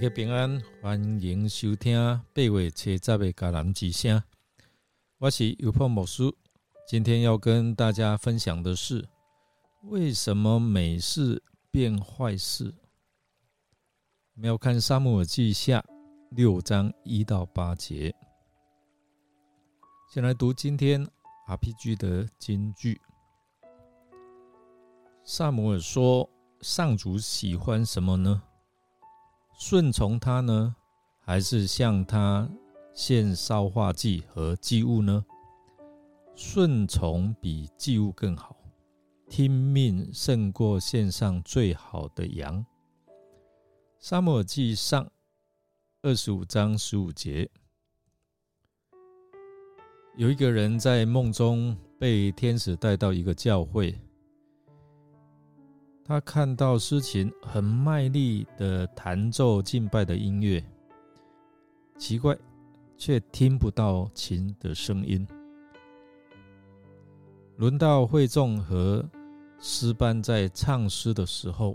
家平安，欢迎收听8月7日的迦南之声。我是尤破牧师，今天要跟大家分享的是为什么美事变坏事。我们要看撒母耳记下6章1到8节。先来读今天 RPG 的金句。撒母耳说，上主喜欢什么呢？顺从他呢，还是向他献烧化祭和祭物呢？顺从比祭物更好，听命胜过献上最好的羊。撒母耳记上25章15节，有一个人在梦中被天使带到一个教会，他看到司琴很卖力的弹奏敬拜的音乐，奇怪，却听不到琴的声音。轮到会众和诗班在唱诗的时候，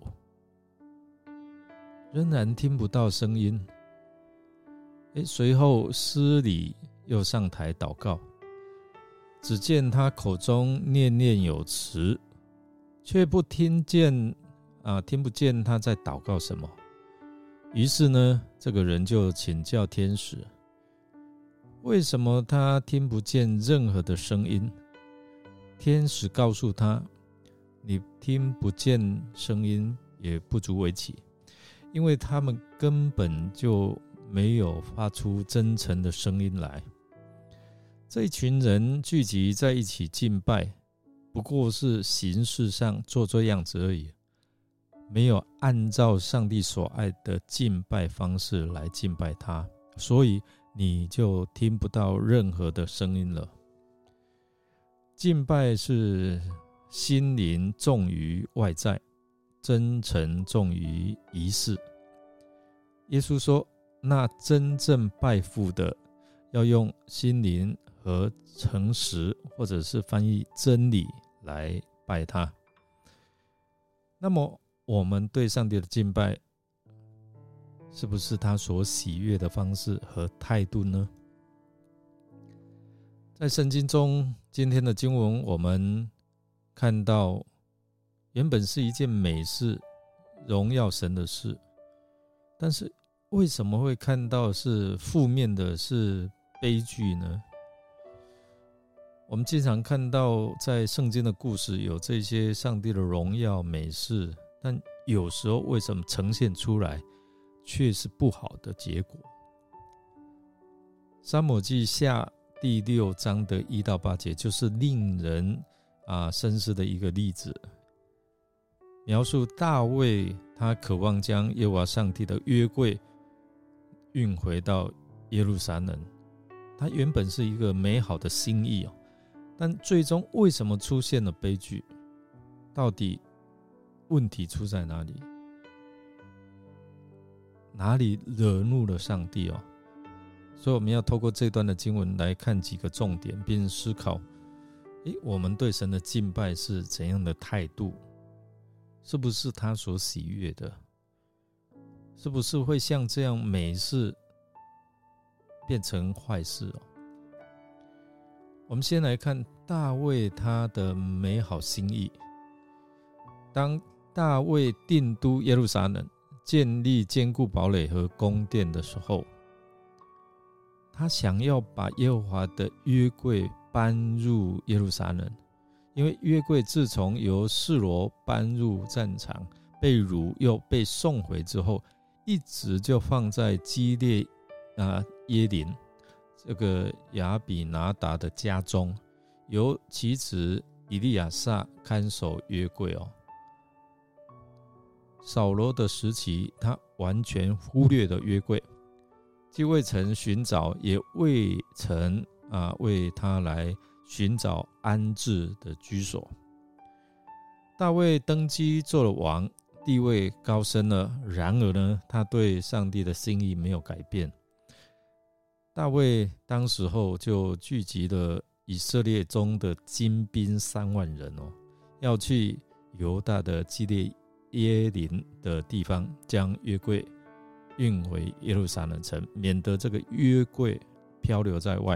仍然听不到声音。随后司礼又上台祷告，只见他口中念念有词，却听不见他在祷告什么。于是呢，这个人就请教天使，为什么他听不见任何的声音？天使告诉他，你听不见声音也不足为奇，因为他们根本就没有发出真诚的声音来。这一群人聚集在一起敬拜，不过是形式上做样子而已，没有按照上帝所爱的敬拜方式来敬拜他，所以你就听不到任何的声音了。敬拜是心灵重于外在，真诚重于仪式。耶稣说，那真正拜父的，要用心灵和诚实，或者是翻译真理来拜他。那么我们对上帝的敬拜，是不是他所喜悦的方式和态度呢？在圣经中，今天的经文我们看到，原本是一件美事，荣耀神的事，但是为什么会看到是负面的，是悲剧呢？我们经常看到在圣经的故事有这些上帝的荣耀美事，但有时候为什么呈现出来却是不好的结果？撒母耳记下第6章的1到8节就是令人深思的一个例子，描述大卫他渴望将耶和华上帝的约柜运回到耶路撒冷，他原本是一个美好的心意，但最终为什么出现了悲剧？到底问题出在哪里？哪里惹怒了上帝？所以我们要透过这段的经文来看几个重点，并思考我们对神的敬拜是怎样的态度？是不是他所喜悦的？是不是会像这样美事变成坏事？我们先来看大卫他的美好心意。当大卫定都耶路撒冷，建立坚固堡垒和宫殿的时候，他想要把耶和华的约柜搬入耶路撒冷，因为约柜自从由示罗搬入战场，被掳又被送回之后，一直就放在基列耶琳这个亚比拿达的家中，由其子以利亚撒看守约柜。扫罗的时期，他完全忽略了约柜，既未曾寻找，也未曾为他来寻找安置的居所。大卫登基做了王，地位高升了，然而呢，他对上帝的心意没有改变。大卫当时候就聚集了以色列中的精兵3万人，要去犹大的基列耶琳的地方，将约柜运回耶路撒冷城，免得这个约柜漂流在外。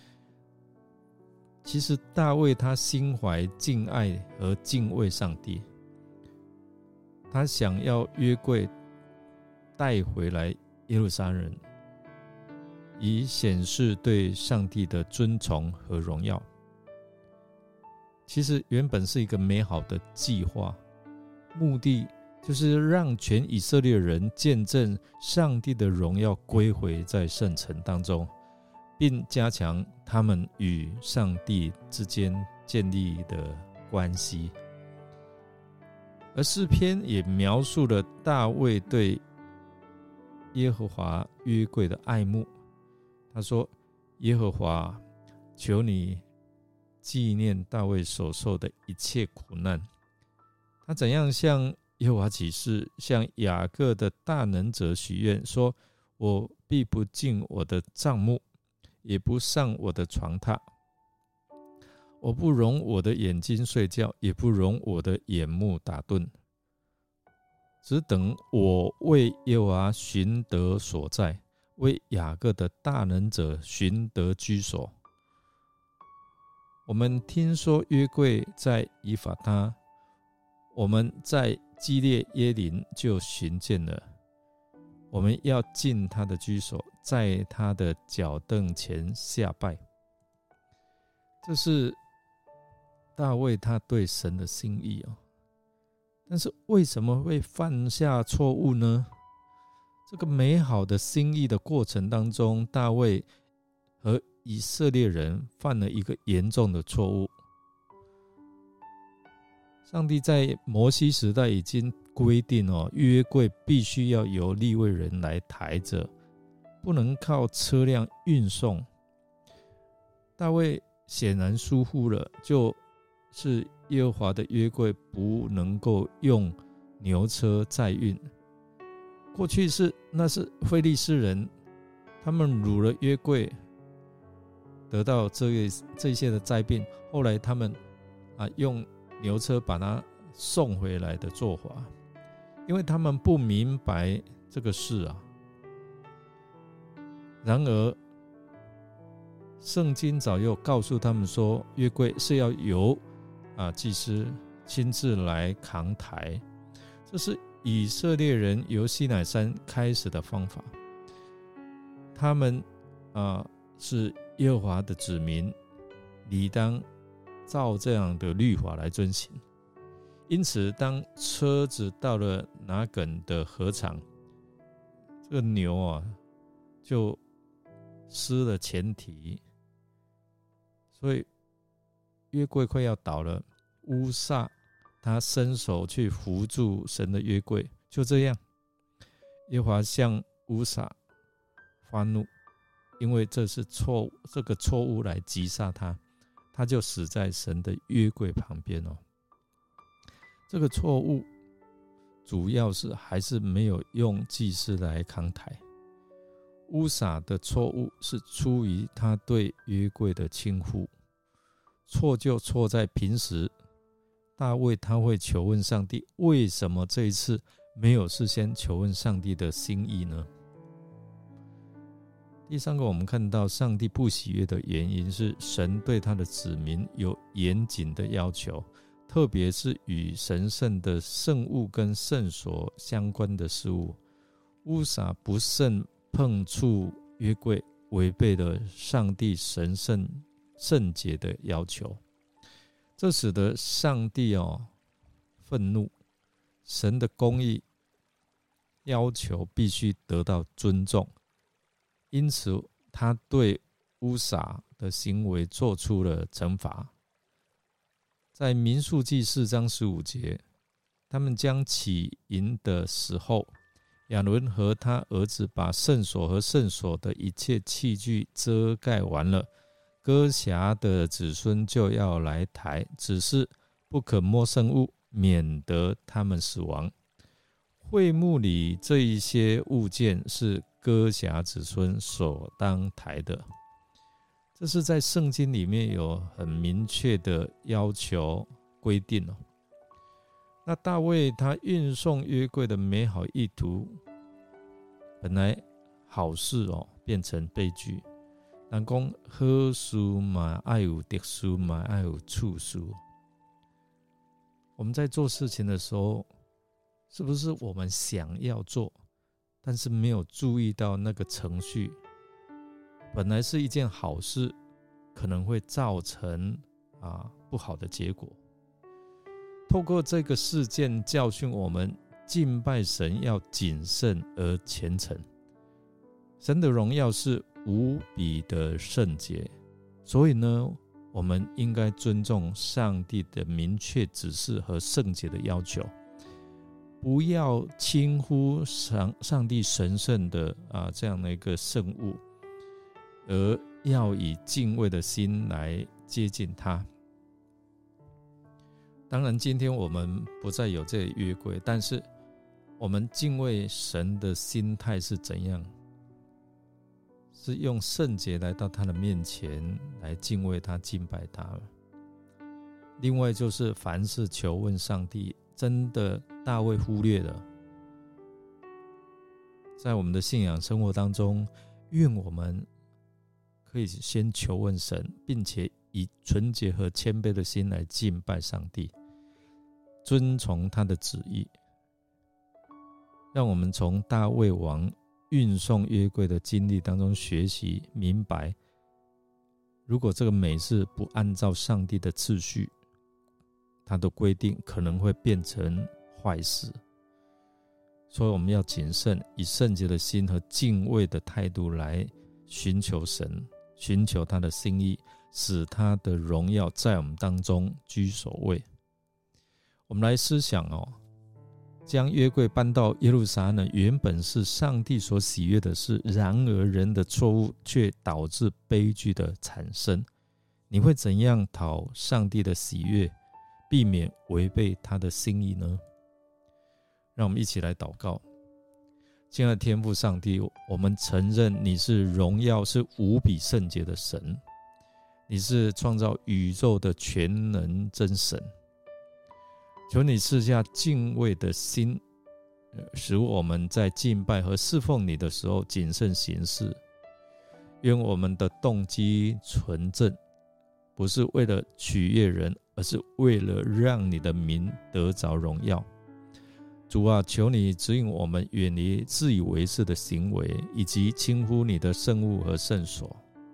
其实大卫他心怀敬爱和敬畏上帝，他想要约柜带回来耶路撒冷，以显示对上帝的尊崇和荣耀。其实原本是一个美好的计划，目的就是让全以色列人见证上帝的荣耀归回在圣城当中，并加强他们与上帝之间建立的关系。而诗篇也描述了大卫对耶和华约柜的爱慕。他说：耶和华，求你纪念大卫所受的一切苦难。他怎样向耶和华起誓，向雅各的大能者许愿，说：我必不进我的帐幕，也不上我的床榻，我不容我的眼睛睡觉，也不容我的眼目打盹，只等我为耶和华寻得所在，为雅各的大能者寻得居所。我们听说约柜在以法他，我们在基列耶琳就寻见了。我们要进他的居所，在他的脚凳前下拜。这是大卫他对神的心意。但是为什么会犯下错误呢？这个美好的心意的过程当中，大卫和以色列人犯了一个严重的错误。上帝在摩西时代已经规定约柜必须要由利未人来抬着，不能靠车辆运送。大卫显然疏忽了，就是耶和华的约柜不能够用牛车载运。过去那是非利士人，他们掳了约柜，得到这些的灾病，后来他们用牛车把它送回来的做法，因为他们不明白这个事。然而圣经早有告诉他们说，约柜是要由祭司亲自来扛抬，这是以色列人由西乃山开始的方法。他们是耶和华的子民，理当照这样的律法来遵行。因此当车子到了拿梗的禾场，这个牛就失了前蹄，所以约柜快要倒了。乌撒他伸手去扶住神的约柜，就这样耶和华向乌撒发怒，因为这个错误来击杀他，他就死在神的约柜旁边。这个错误主要是还是没有用祭司来扛抬。乌撒的错误是出于他对约柜的轻忽，错就错在平时大卫他会求问上帝，为什么这一次没有事先求问上帝的心意呢？第三个，我们看到上帝不喜悦的原因是神对他的子民有严谨的要求，特别是与神圣的圣物跟圣所相关的事物。乌撒不慎碰触约柜，违背了上帝神圣洁的要求，这使得上帝愤怒。神的公义要求必须得到尊重，因此他对乌撒的行为做出了惩罚。在民数记4章15节，他们将起营的时候，亚伦和他儿子把圣所和圣所的一切器具遮盖完了，哥辖的子孙就要来抬，只是不可摸圣物，免得他们死亡。会幕里这一些物件是哥辖子孙所当抬的，这是在圣经里面有很明确的要求规定。那大卫他运送约柜的美好意图， 本来好事变成悲剧。人讲好事嘛要有特殊嘛要有处事。我们在做事情的时候，是不是我们想要做，但是没有注意到那个程序，本来是一件好事，可能会造成不好的结果。透过这个事件教训我们，敬拜神要谨慎而虔诚。神的荣耀是无比的圣洁，所以呢，我们应该尊重上帝的明确指示和圣洁的要求，不要轻忽上帝神圣的这样的一个圣物，而要以敬畏的心来接近他。当然今天我们不再有这个约柜，但是我们敬畏神的心态是怎样？是用圣洁来到他的面前，来敬畏他，敬拜他了。另外就是凡事求问上帝，真的大卫忽略了。在我们的信仰生活当中，愿我们可以先求问神，并且以纯洁和谦卑的心来敬拜上帝，遵从他的旨意。让我们从大卫王运送约柜的经历当中学习明白，如果这个美事不按照上帝的次序，他的规定可能会变成坏事。所以我们要谨慎，以圣洁的心和敬畏的态度来寻求神，寻求他的心意，使他的荣耀在我们当中居首位。我们来思想将约柜搬到耶路撒冷，原本是上帝所喜悦的事，然而人的错误却导致悲剧的产生。你会怎样讨上帝的喜悦，避免违背他的心意呢？让我们一起来祷告。亲爱的天父上帝，我们承认你是荣耀，是无比圣洁的神，你是创造宇宙的全能真神。求你赐下敬畏的心，使我们在敬拜和侍奉你的时候谨慎行事。愿我们的动机纯正，不是为了取悦人，而是为了让你的名得着荣耀。主啊，求你指引我们远离自以为是的行为，以及轻忽你的圣物和圣所，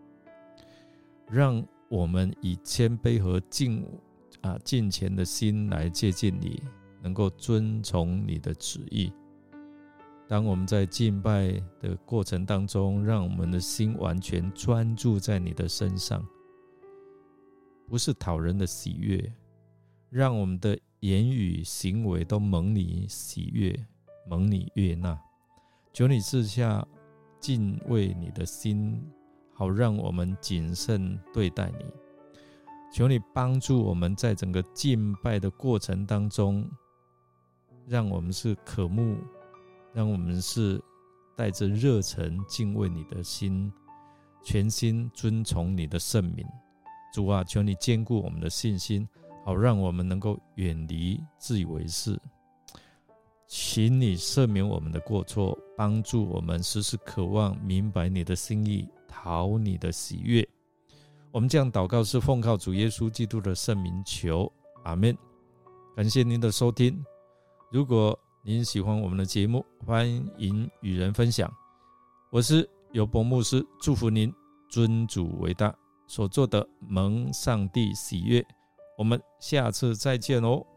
让我们以谦卑和敬虔的心来接近你，能够遵从你的旨意。当我们在敬拜的过程当中，让我们的心完全专注在你的身上，不是讨人的喜悦，让我们的言语行为都蒙你喜悦，蒙你悦纳。求你赐下敬畏你的心，好让我们谨慎对待你。求你帮助我们在整个敬拜的过程当中，让我们是渴慕，让我们是带着热忱敬畏你的心，全心遵从你的圣名。主啊，求你坚固我们的信心，好让我们能够远离自以为是。请你赦免我们的过错，帮助我们时时渴望明白你的心意，讨你的喜悦。我们这样祷告是奉靠主耶稣基督的圣名求，阿们。感谢您的收听，如果您喜欢我们的节目，欢迎与人分享。我是尤伯牧师，祝福您尊主为大，所做的蒙上帝喜悦。我们下次再见哦。